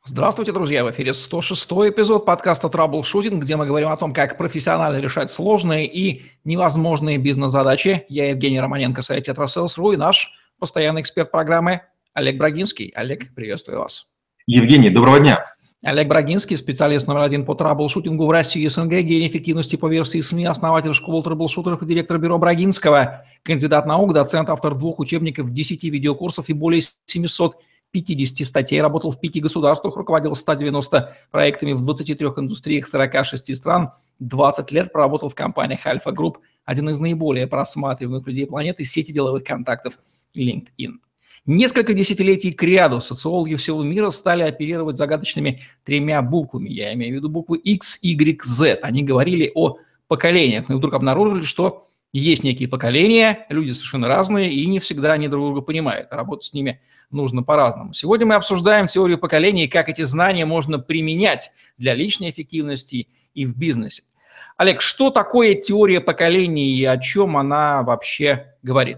Здравствуйте, друзья! В эфире 106-й эпизод подкаста «Траблшутинг», где мы говорим о том, как профессионально решать сложные и невозможные бизнес-задачи. Я Евгений Романенко, сайт «Тетрасселс.ру» и наш постоянный эксперт программы Олег Брагинский. Олег, приветствую вас. Евгений, доброго дня. Олег Брагинский, специалист номер один по траблшутингу в России и СНГ, гений эффективности по версии СМИ, основатель школы траблшутеров и директор бюро Брагинского, кандидат наук, доцент, автор 2 учебников, 10 видеокурсов и более 750 статей, работал в 5 государствах, руководил 190 проектами в 23 индустриях 46 стран, 20 лет проработал в компаниях Альфа Групп, один из наиболее просматриваемых людей планеты, сети деловых контактов LinkedIn. Несколько десятилетий кряду социологи всего мира стали оперировать загадочными 3 буквами. Я имею в виду буквы X, Y, Z. Они говорили о поколениях, но вдруг обнаружили, что есть некие поколения, люди совершенно разные, и не всегда они друг друга понимают. Работать с ними нужно по-разному. Сегодня мы обсуждаем теорию поколений и как эти знания можно применять для личной эффективности и в бизнесе. Олег, что такое теория поколений и о чем она вообще говорит?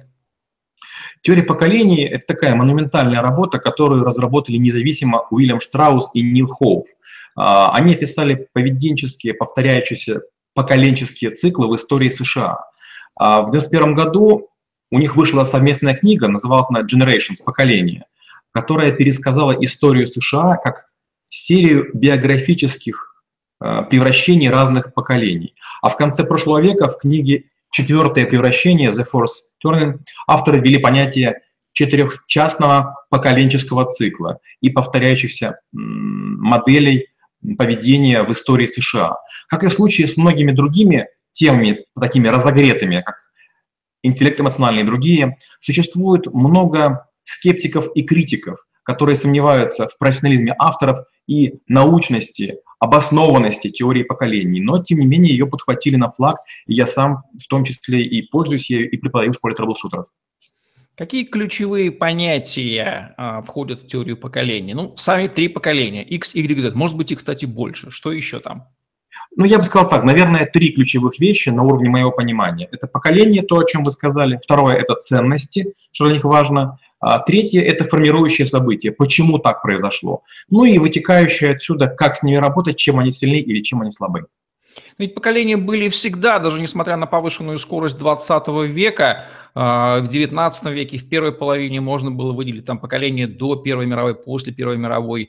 Теория поколений – это такая монументальная работа, которую разработали независимо Уильям Штраус и Нил Хоуф. Они описали поведенческие, повторяющиеся поколенческие циклы в истории США. В 1991 году у них вышла совместная книга, называлась она «Generations. Поколение», которая пересказала историю США как серию биографических превращений разных поколений. А в конце прошлого века в книге «Четвертое превращение» «The Fourth Turning» авторы ввели понятие четырехчастного поколенческого цикла и повторяющихся моделей поведения в истории США. Как и в случае с многими другими темами, такими разогретыми, как интеллект эмоциональный и другие, существует много скептиков и критиков, которые сомневаются в профессионализме авторов и научности, обоснованности теории поколений, но, тем не менее, ее подхватили на флаг, и я сам в том числе и пользуюсь ею, и преподаю в школе траблшутеров. Какие ключевые понятия входят в теорию поколений? Ну, сами 3 поколения, X, Y, Z. Может быть, их, кстати, больше. Что еще там? Ну, я бы сказал так, наверное, 3 ключевых вещи на уровне моего понимания. Это поколение, то, о чем вы сказали. Второе – это ценности, что для них важно. Третье – это формирующие события, почему так произошло. Ну и вытекающее отсюда, как с ними работать, чем они сильны или чем они слабы. Ведь поколения были всегда, даже несмотря на повышенную скорость 20 века, в 19 веке, в первой половине можно было выделить там поколение до Первой мировой, после Первой мировой,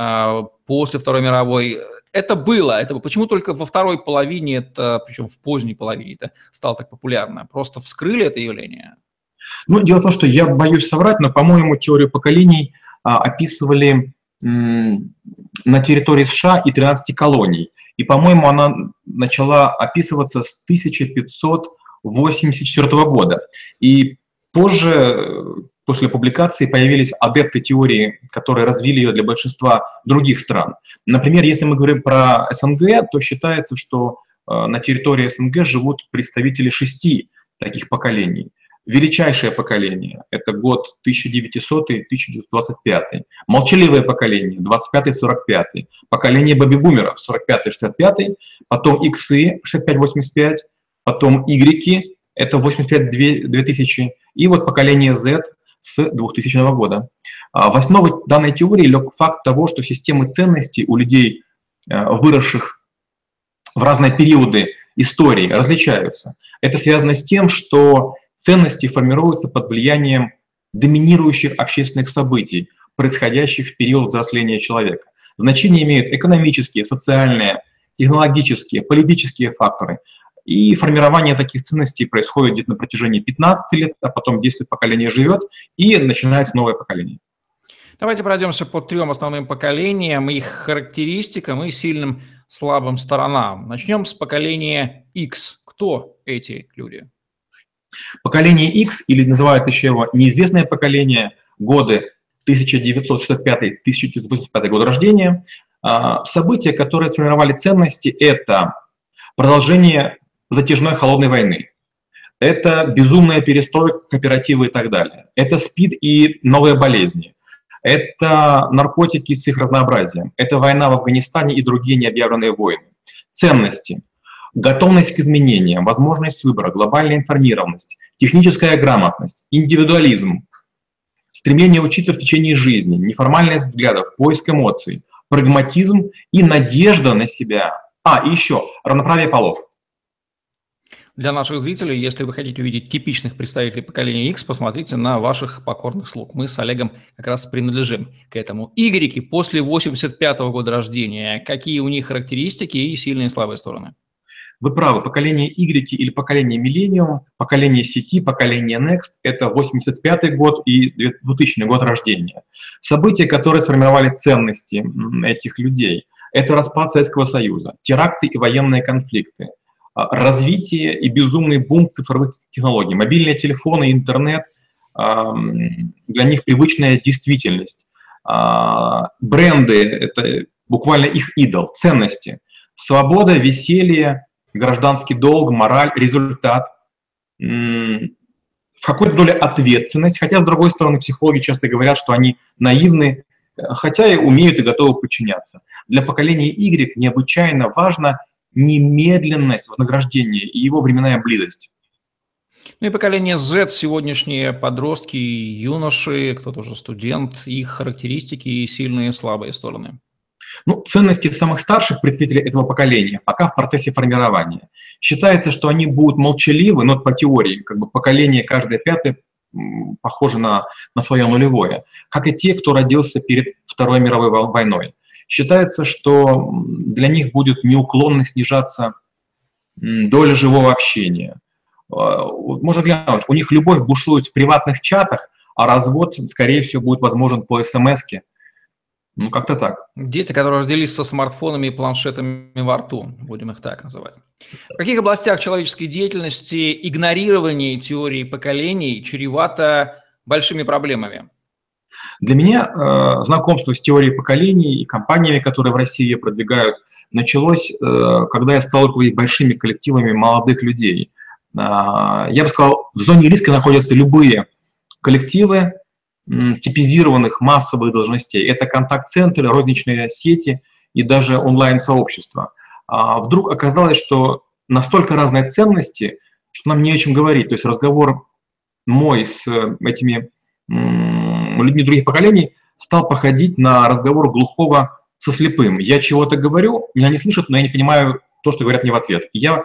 после Второй мировой. Это было. Почему только во второй половине, причем в поздней половине, это стало так популярно? Просто вскрыли это явление? Ну, дело в том, что я боюсь соврать, но, по-моему, теорию поколений описывали на территории США и 13 колоний. И, по-моему, она начала описываться с 1584 года. И позже, после публикации, появились адепты теории, которые развили ее для большинства других стран. Например, если мы говорим про СНГ, то считается, что на территории СНГ живут представители 6 таких поколений. Величайшее поколение – это год 1900-1925. Молчаливое поколение – 25-45. Поколение бэби-бумеров – 45-65. Потом иксы – 65-85. Потом игреки – это 85-2000. И вот поколение Z с 2000 года. В основу данной теории лег факт того, что системы ценностей у людей, выросших в разные периоды истории, различаются. Это связано с тем, что ценности формируются под влиянием доминирующих общественных событий, происходящих в период взросления человека. Значение имеют экономические, социальные, технологические, политические факторы. И формирование таких ценностей происходит где-то на протяжении 15 лет, а потом 10 поколений живет, и начинается новое поколение. Давайте пройдемся по 3 основным поколениям, их характеристикам и сильным, слабым сторонам. Начнем с поколения X. Кто эти люди? Поколение X, или называют еще его неизвестное поколение, годы 1965-1985 года рождения, события, которые сформировали ценности, это продолжение затяжной холодной войны, это безумная перестройка, кооперативы и так далее, это СПИД и новые болезни, это наркотики с их разнообразием, это война в Афганистане и другие необъявленные войны. Ценности. Готовность к изменениям, возможность выбора, глобальная информированность, техническая грамотность, индивидуализм, стремление учиться в течение жизни, неформальность взглядов, поиск эмоций, прагматизм и надежда на себя. И еще равноправие полов. Для наших зрителей, если вы хотите увидеть типичных представителей поколения X, посмотрите на ваших покорных слуг. Мы с Олегом как раз принадлежим к этому. Игреки после 85-го года рождения, какие у них характеристики и сильные и слабые стороны? Вы правы, поколение Y или поколение Millennium, поколение сети, поколение Next – это 85-й год и 2000 год рождения. События, которые сформировали ценности этих людей – это распад Советского Союза, теракты и военные конфликты, развитие и безумный бум цифровых технологий, мобильные телефоны, интернет – для них привычная действительность. Бренды – это буквально их идол, ценности. Свобода, веселье, гражданский долг, мораль, результат, в какой-то доле ответственность, хотя, с другой стороны, психологи часто говорят, что они наивны, хотя и умеют и готовы подчиняться. Для поколения Y необычайно важна немедленность вознаграждения и его временная близость. Ну и поколение Z, сегодняшние подростки, юноши, кто-то уже студент, их характеристики и сильные и слабые стороны. Ценности самых старших представителей этого поколения пока в процессе формирования. Считается, что они будут молчаливы, но по теории, поколение каждое пятое похоже на свое нулевое, как и те, кто родился перед Второй мировой войной. Считается, что для них будет неуклонно снижаться доля живого общения. Можно глянуть, у них любовь бушует в приватных чатах, а развод, скорее всего, будет возможен по СМС-ке. Как-то так. Дети, которые родились со смартфонами и планшетами во рту, будем их так называть. В каких областях человеческой деятельности игнорирование теории поколений чревато большими проблемами? Для меня знакомство с теорией поколений и компаниями, которые в России ее продвигают, началось, когда я стал руководить большими коллективами молодых людей. Я бы сказал, в зоне риска находятся любые коллективы типизированных массовых должностей. Это контакт-центры, розничные сети и даже онлайн-сообщества. Вдруг оказалось, что настолько разные ценности, что нам не о чем говорить. То есть разговор мой с этими людьми других поколений стал походить на разговор глухого со слепым. Я чего-то говорю, меня не слышат, но я не понимаю то, что говорят мне в ответ. И я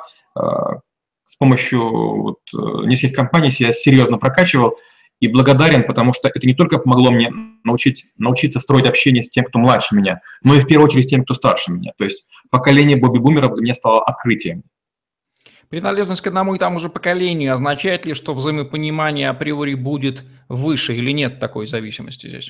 с помощью нескольких компаний себя серьезно прокачивал и благодарен, потому что это не только помогло мне научиться строить общение с тем, кто младше меня, но и в первую очередь с тем, кто старше меня. То есть поколение бэби-бумеров для меня стало открытием. Принадлежность к одному и тому же поколению означает ли, что взаимопонимание априори будет выше или нет такой зависимости здесь?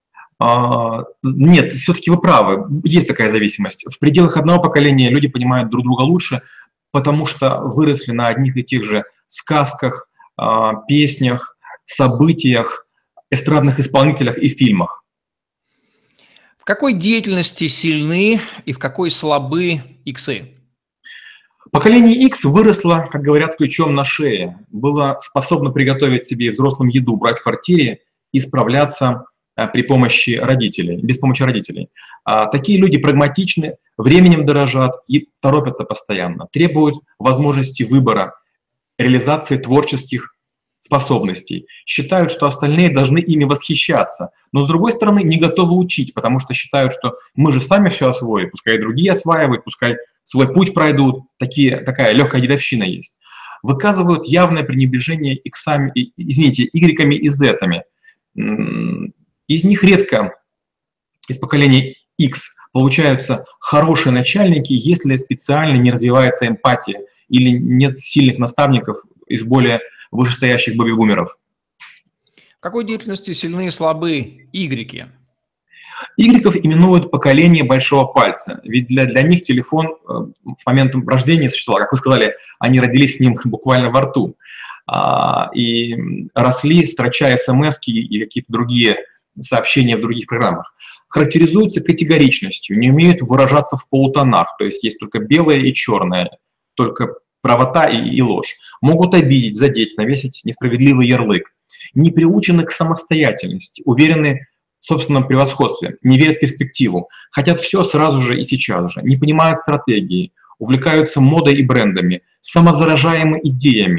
Нет, все-таки вы правы, есть такая зависимость. В пределах одного поколения люди понимают друг друга лучше, потому что выросли на одних и тех же сказках, песнях, событиях, эстрадных исполнителях и фильмах. В какой деятельности сильны и в какой слабы иксы? Поколение X выросло, как говорят, с ключом на шее. Было способно приготовить себе взрослым еду, брать в квартире и справляться при помощи родителей, без помощи родителей. Такие люди прагматичны, временем дорожат и торопятся постоянно, требуют возможности выбора, реализации творческих способностей, считают, что остальные должны ими восхищаться, но, с другой стороны, не готовы учить, потому что считают, что мы же сами все освоим, пускай другие осваивают, пускай свой путь пройдут, такая легкая дедовщина есть. Выказывают явное пренебрежение Y-ками и Z-ами. Из них редко, из поколения X, получаются хорошие начальники, если специально не развивается эмпатия или нет сильных наставников из более вышестоящих бэби-бумеров. В какой деятельности сильны и слабы Y? Y-ков именуют поколение большого пальца, ведь для них телефон с моментом рождения существовал. Как вы сказали, они родились с ним буквально во рту и росли, строча смс-ки и какие-то другие сообщения в других программах. Характеризуются категоричностью, не умеют выражаться в полутонах, то есть есть только белое и черное, только правота и ложь. Могут обидеть, задеть, навесить несправедливый ярлык. Не приучены к самостоятельности, уверены в собственном превосходстве, не верят в перспективу, хотят все сразу же и сейчас же, не понимают стратегии, увлекаются модой и брендами, самозаражаемы идеями,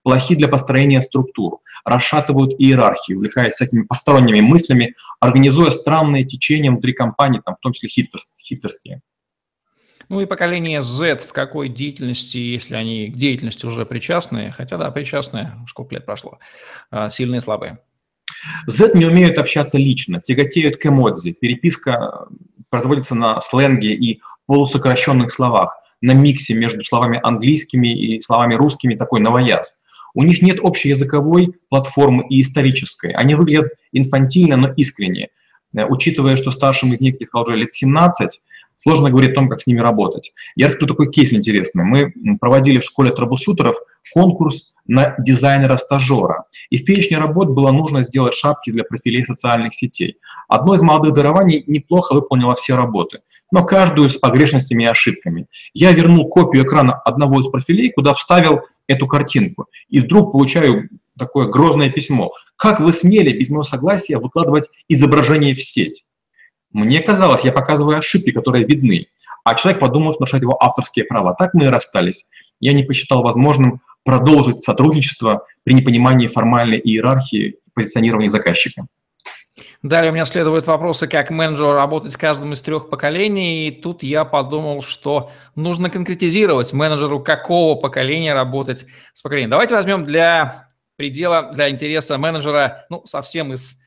плохи для построения структур, расшатывают иерархию, увлекаясь всякими посторонними мыслями, организуя странные течения внутри компании, там, в том числе хипстерские. Ну и поколение Z в какой деятельности, если они к деятельности уже причастны, хотя да, причастны, сколько лет прошло, сильные и слабые. Z не умеют общаться лично, тяготеют к эмодзи. Переписка производится на сленге и полусокращенных словах, на миксе между словами английскими и словами русскими, такой новояз. У них нет общеязыковой платформы и исторической. Они выглядят инфантильно, но искренне. Учитывая, что старшим из них, я сказал, уже лет 17, сложно говорить о том, как с ними работать. Я расскажу такой кейс интересный. Мы проводили в школе трэблшутеров конкурс на дизайнера-стажера. И в перечне работ было нужно сделать шапки для профилей социальных сетей. Одно из молодых дарований неплохо выполнило все работы, но каждую с погрешностями и ошибками. Я вернул копию экрана одного из профилей, куда вставил эту картинку. И вдруг получаю такое грозное письмо. Как вы смели без моего согласия выкладывать изображение в сеть? Мне казалось, я показываю ошибки, которые видны, а человек подумал, что нарушает его авторские права. Так мы и расстались. Я не посчитал возможным продолжить сотрудничество при непонимании формальной иерархии и позиционирования заказчика. Далее у меня следуют вопросы, как менеджеру работать с каждым из 3 поколений. И тут я подумал, что нужно конкретизировать менеджеру, какого поколения работать с поколением. Давайте возьмем для предела, для интереса менеджера, ну, совсем из...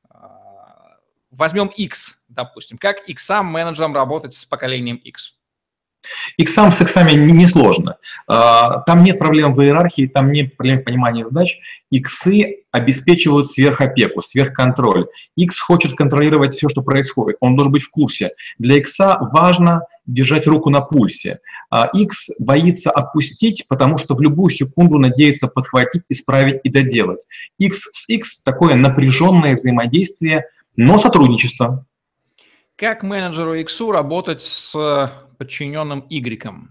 Возьмем X, допустим. Как X-менеджерам работать с поколением X? Иксам с иксами несложно. Там нет проблем в иерархии, там нет проблем в понимании задач. Иксы обеспечивают сверхопеку, сверхконтроль. Икс хочет контролировать все, что происходит. Он должен быть в курсе. Для икса важно держать руку на пульсе. Икс боится отпустить, потому что в любую секунду надеется подхватить, исправить и доделать. Икс с Икс такое напряженное взаимодействие, но сотрудничество. Как менеджеру Иксу работать с подчиненным Y?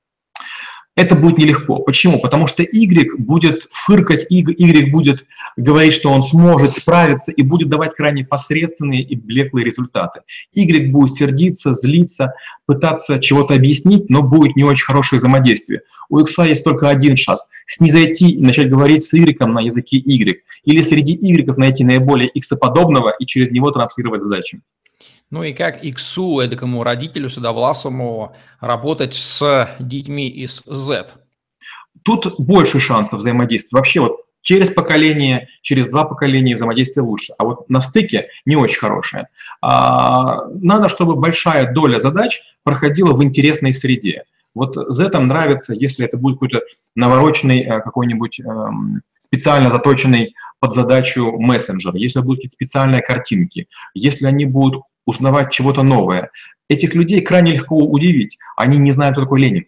Это будет нелегко. Почему? Потому что Y будет фыркать, Y будет говорить, что он сможет справиться и будет давать крайне посредственные и блеклые результаты. Y будет сердиться, злиться, пытаться чего-то объяснить, но будет не очень хорошее взаимодействие. У X есть только один шанс – снизойти и начать говорить с Y на языке Y. Или среди Y найти наиболее X-подобного и через него транслировать задачи. Ну и как Иксу, эдакому родителю седовласому, работать с детьми из Z? Тут больше шансов взаимодействия. Вообще вот через поколение, через 2 поколения взаимодействие лучше. А вот на стыке не очень хорошее. Надо, чтобы большая доля задач проходила в интересной среде. Вот Z нравится, если это будет какой-то навороченный, какой-нибудь специально заточенный под задачу мессенджер, если будут какие-то специальные картинки, если они будут узнавать чего-то новое. Этих людей крайне легко удивить. Они не знают, кто такой Ленин.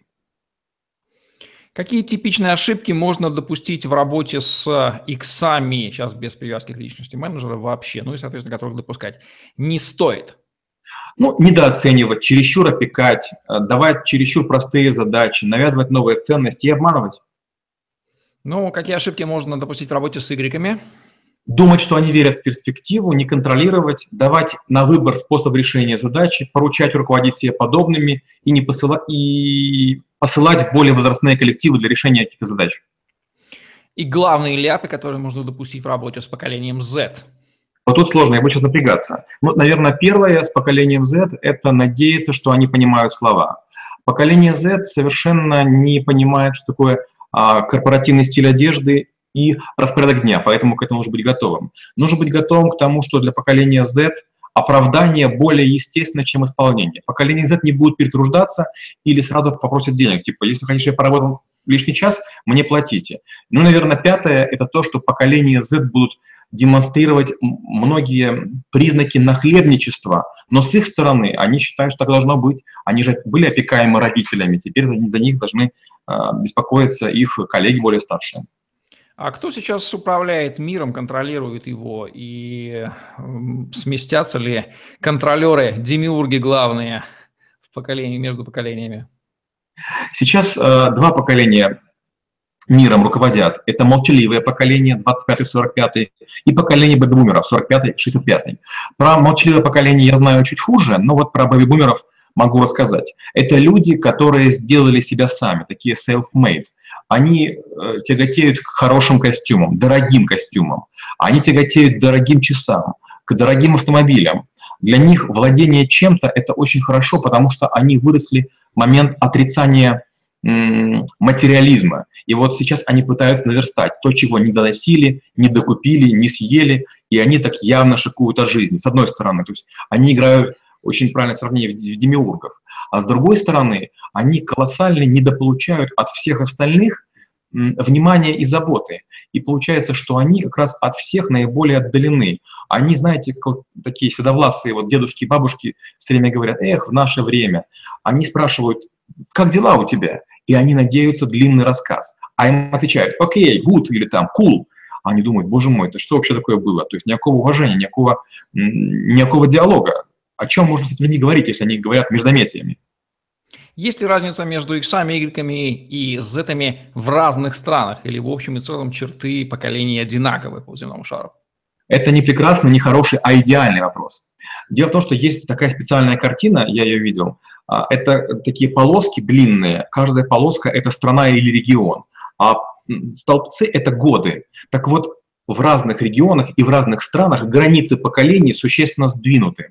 Какие типичные ошибки можно допустить в работе с иксами, сейчас без привязки к личности менеджера вообще, ну и, соответственно, которых допускать не стоит? Ну, недооценивать, чересчур опекать, давать чересчур простые задачи, навязывать новые ценности и обманывать. Ну, какие ошибки можно допустить в работе с игреками? Думать, что они верят в перспективу, не контролировать, давать на выбор способ решения задачи, поручать руководить себе подобными и не посылать, и посылать в более возрастные коллективы для решения каких-то задач. И главные ляпы, которые можно допустить в работе с поколением Z? Вот тут сложно, я буду сейчас напрягаться. Ну, наверное, первое с поколением Z – это надеяться, что они понимают слова. Поколение Z совершенно не понимает, что такое корпоративный стиль одежды и распорядок дня, поэтому к этому нужно быть готовым. Нужно быть готовым к тому, что для поколения Z оправдание более естественно, чем исполнение. Поколение Z не будет перетруждаться или сразу попросит денег. Типа, если, конечно, я поработал лишний час, мне платите. Ну, наверное, пятое – это то, что поколение Z будут демонстрировать многие признаки нахлебничества, но с их стороны они считают, что так должно быть. Они же были опекаемы родителями, теперь за них должны беспокоиться их коллеги более старшие. А кто сейчас управляет миром, контролирует его, и сместятся ли контролеры, демиурги главные в поколении, между поколениями? Сейчас 2 поколения миром руководят. Это молчаливое поколение, 25-45, и поколение бэби-бумеров, 45-65. Про молчаливое поколение я знаю чуть хуже, но вот про бэби-бумеров могу рассказать. Это люди, которые сделали себя сами, такие self-made. Они тяготеют к хорошим костюмам, дорогим костюмам. Они тяготеют к дорогим часам, к дорогим автомобилям. Для них владение чем-то – это очень хорошо, потому что они выросли в момент отрицания материализма. И вот сейчас они пытаются наверстать то, чего не доносили, не докупили, не съели, и они так явно шикуют от жизни, с одной стороны. То есть они играют, очень правильное сравнение, в демиургов. А с другой стороны, они колоссально недополучают от всех остальных внимания и заботы. И получается, что они как раз от всех наиболее отдалены. Они, знаете, как такие седовласые вот дедушки и бабушки все время говорят: эх, в наше время. Они спрашивают: как дела у тебя? И они надеются длинный рассказ. А им отвечают: окей, good, или там cool. А они думают: боже мой, это что вообще такое было? То есть никакого уважения, никакого диалога. О чем можно с этими не говорить, если они говорят междометиями? Есть ли разница между иксами, игреками и зетами в разных странах? Или в общем и целом черты поколений одинаковые по земному шару? Это не прекрасный, не хороший, а идеальный вопрос. Дело в том, что есть такая специальная картина, я ее видел. Это такие полоски длинные. Каждая полоска – это страна или регион. А столбцы – это годы. Так вот, в разных регионах и в разных странах границы поколений существенно сдвинуты.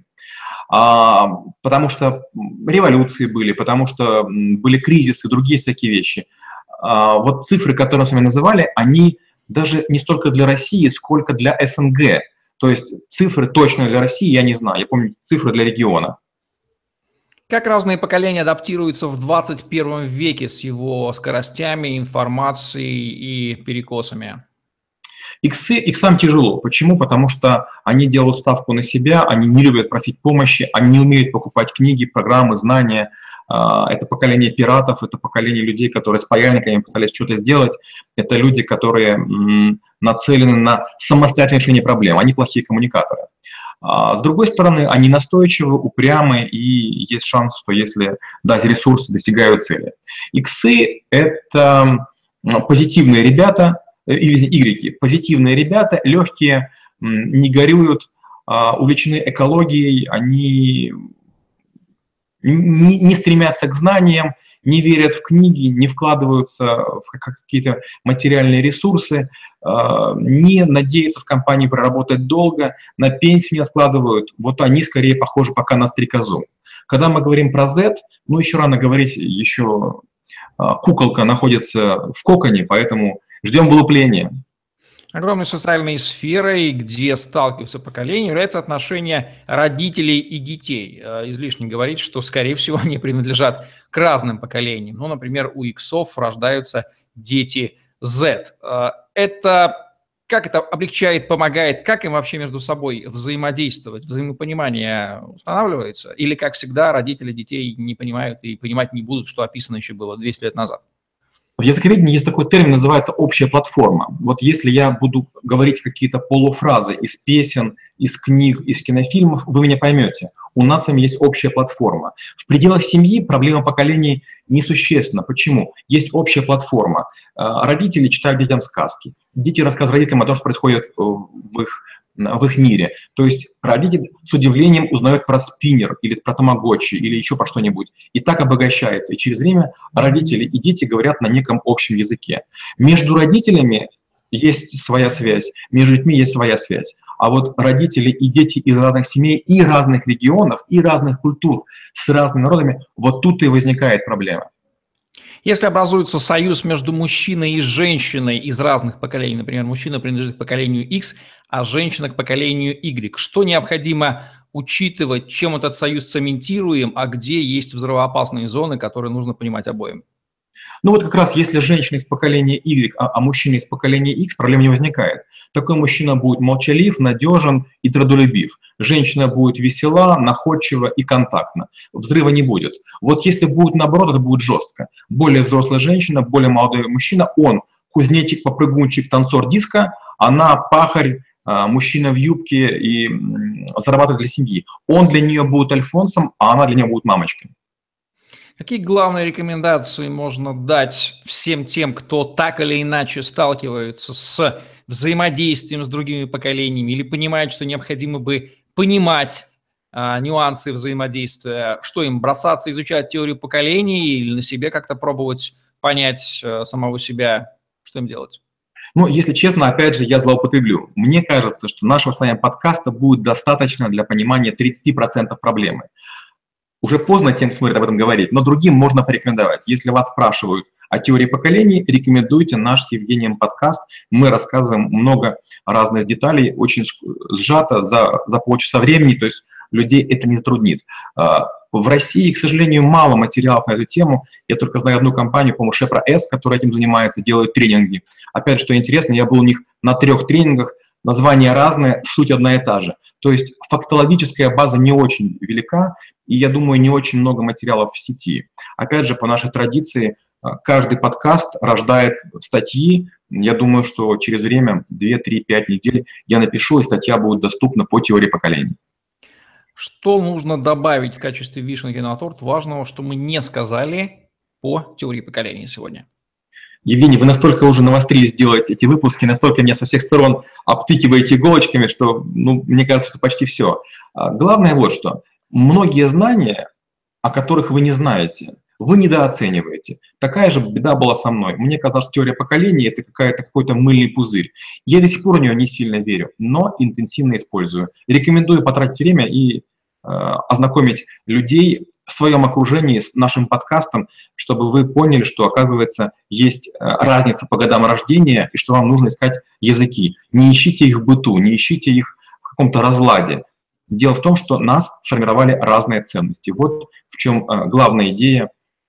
Потому что революции были, потому что были кризисы, другие всякие вещи. Вот цифры, которые мы с вами называли, они даже не столько для России, сколько для СНГ. То есть цифры точно для России я не знаю, я помню цифры для региона. Как разные поколения адаптируются в 21 веке с его скоростями, информацией и перекосами? Иксам тяжело. Почему? Потому что они делают ставку на себя, они не любят просить помощи, они не умеют покупать книги, программы, знания. Это поколение пиратов, это поколение людей, которые с паяльниками пытались что-то сделать. Это люди, которые нацелены на самостоятельное решение проблем. Они плохие коммуникаторы. С другой стороны, они настойчивы, упрямы, и есть шанс, что если дать ресурсы, достигают цели. Иксы — это позитивные ребята, игреки, позитивные ребята, легкие, не горюют, увлечены экологией, они не стремятся к знаниям, не верят в книги, не вкладываются в какие-то материальные ресурсы, не надеются в компании проработать долго, на пенсию не откладывают. Вот они скорее похожи пока на стрекозу. Когда мы говорим про Z, ну еще рано говорить, еще куколка находится в коконе, поэтому ждем вылупления. Огромной социальной сферой, где сталкиваются поколения, является отношение родителей и детей. Излишне говорить, что, скорее всего, они принадлежат к разным поколениям. Ну, например, у иксов рождаются дети Z. Как это облегчает, помогает, как им вообще между собой взаимодействовать, взаимопонимание устанавливается? Или, как всегда, родители детей не понимают и понимать не будут, что описано еще было 200 лет назад? В языковедении есть такой термин, называется общая платформа. Вот если я буду говорить какие-то полуфразы из песен, из книг, из кинофильмов, вы меня поймете. У нас с вами есть общая платформа. В пределах семьи проблема поколений несущественна. Почему? Есть общая платформа. Родители читают детям сказки. Дети рассказывают родителям о том, что происходит в их мире. То есть родитель с удивлением узнает про спиннер или про тамагочи или еще про что-нибудь. И так обогащается. И через время родители и дети говорят на неком общем языке. Между родителями есть своя связь, между детьми есть своя связь. А вот родители и дети из разных семей и разных регионов, и разных культур с разными народами, вот тут и возникает проблема. Если образуется союз между мужчиной и женщиной из разных поколений, например, мужчина принадлежит к поколению X, а женщина к поколению Y, что необходимо учитывать, чем этот союз цементируем, а где есть взрывоопасные зоны, которые нужно понимать обоим? Ну вот как раз если женщина из поколения Y, а мужчина из поколения X, проблем не возникает. Такой мужчина будет молчалив, надежен и трудолюбив. Женщина будет весела, находчива и контактна. Взрыва не будет. Вот если будет наоборот, это будет жестко. Более взрослая женщина, более молодой мужчина, он кузнечик, попрыгунчик, танцор диска, она пахарь, мужчина в юбке и зарабатывает для семьи. Он для нее будет альфонсом, а она для него будет мамочкой. Какие главные рекомендации можно дать всем тем, кто так или иначе сталкивается с взаимодействием с другими поколениями или понимает, что необходимо бы понимать нюансы взаимодействия? Что им, бросаться изучать теорию поколений или на себе как-то пробовать понять самого себя? Что им делать? Ну, если честно, опять же, я злоупотреблю. Мне кажется, что нашего с вами подкаста будет достаточно для понимания 30% проблемы. Уже поздно тем, кто смотрит, об этом говорить, но другим можно порекомендовать. Если вас спрашивают о теории поколений, рекомендуйте наш с Евгением подкаст. Мы рассказываем много разных деталей, очень сжато, за полчаса времени, то есть людей это не затруднит. В России, к сожалению, мало материалов на эту тему. Я только знаю одну компанию, по-моему, Шепра С, которая этим занимается, делает тренинги. Опять же, что интересно, я был у них на 3 тренингах, названия разные, суть одна и та же. То есть фактологическая база не очень велика, и, я думаю, не очень много материалов в сети. Опять же, по нашей традиции, каждый подкаст рождает статьи. Я думаю, что через время, 2, 3, 5 недель, я напишу, и статья будет доступна по теории поколений. Что нужно добавить в качестве вишенки на торт важного, что мы не сказали по теории поколений сегодня? Евгений, вы настолько уже навострились делать эти выпуски, настолько меня со всех сторон обтыкиваете иголочками, что, мне кажется, что почти все. Главное вот что. Многие знания, о которых вы не знаете, вы недооцениваете. Такая же беда была со мной. Мне казалось, что теория поколений – это какой-то мыльный пузырь. Я до сих пор в нее не сильно верю, но интенсивно использую. Рекомендую потратить время и ознакомить людей в своем окружении с нашим подкастом, чтобы вы поняли, что, оказывается, есть разница по годам рождения и что вам нужно искать языки. Не ищите их в быту, не ищите их в каком-то разладе. Дело в том, что нас сформировали разные ценности. Вот в чем главная идея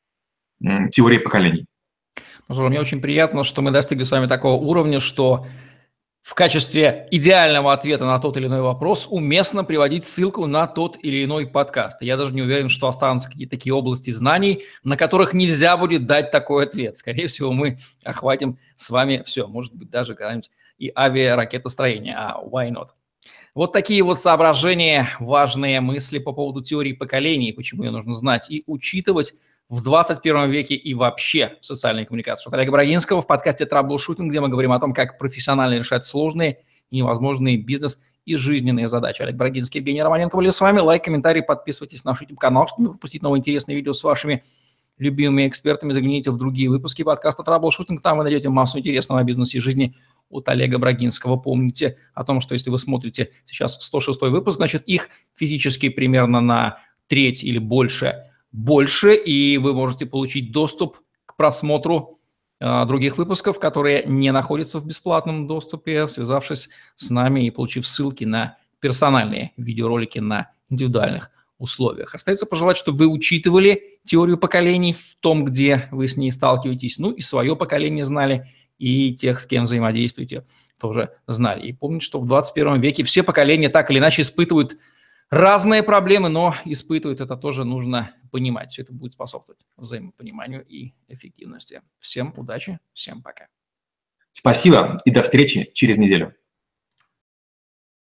теории поколений. Мне очень приятно, что мы достигли с вами такого уровня, что в качестве идеального ответа на тот или иной вопрос уместно приводить ссылку на тот или иной подкаст. Я даже не уверен, что останутся какие-то такие области знаний, на которых нельзя будет дать такой ответ. Скорее всего, мы охватим с вами все. Может быть, даже когда-нибудь и авиаракетостроение. Why not? Вот такие вот соображения, важные мысли по поводу теории поколений, почему ее нужно знать и учитывать в 21 веке и вообще в социальной коммуникации. От Олега Брагинского в подкасте «Траблшутинг», где мы говорим о том, как профессионально решать сложные и невозможные бизнес и жизненные задачи. Олег Брагинский, Евгений Романенко были с вами. Лайк, комментарий, подписывайтесь на наш YouTube-канал, чтобы не пропустить новые интересные видео с вашими любимыми экспертами. Загляните в другие выпуски подкаста «Траблшутинг». Там вы найдете массу интересного о бизнесе и жизни от Олега Брагинского. Помните о том, что если вы смотрите сейчас 106-й выпуск, значит, их физически примерно на треть или больше, и вы можете получить доступ к просмотру других выпусков, которые не находятся в бесплатном доступе, связавшись с нами и получив ссылки на персональные видеоролики на индивидуальных условиях. Остается пожелать, чтобы вы учитывали теорию поколений в том, где вы с ней сталкиваетесь, и свое поколение знали, и тех, с кем взаимодействуете, тоже знали. И помните, что в 21 веке все поколения так или иначе испытывают разные проблемы, но испытывают это тоже нужно понимать. Все это будет способствовать взаимопониманию и эффективности. Всем удачи, всем пока. Спасибо и до встречи через неделю.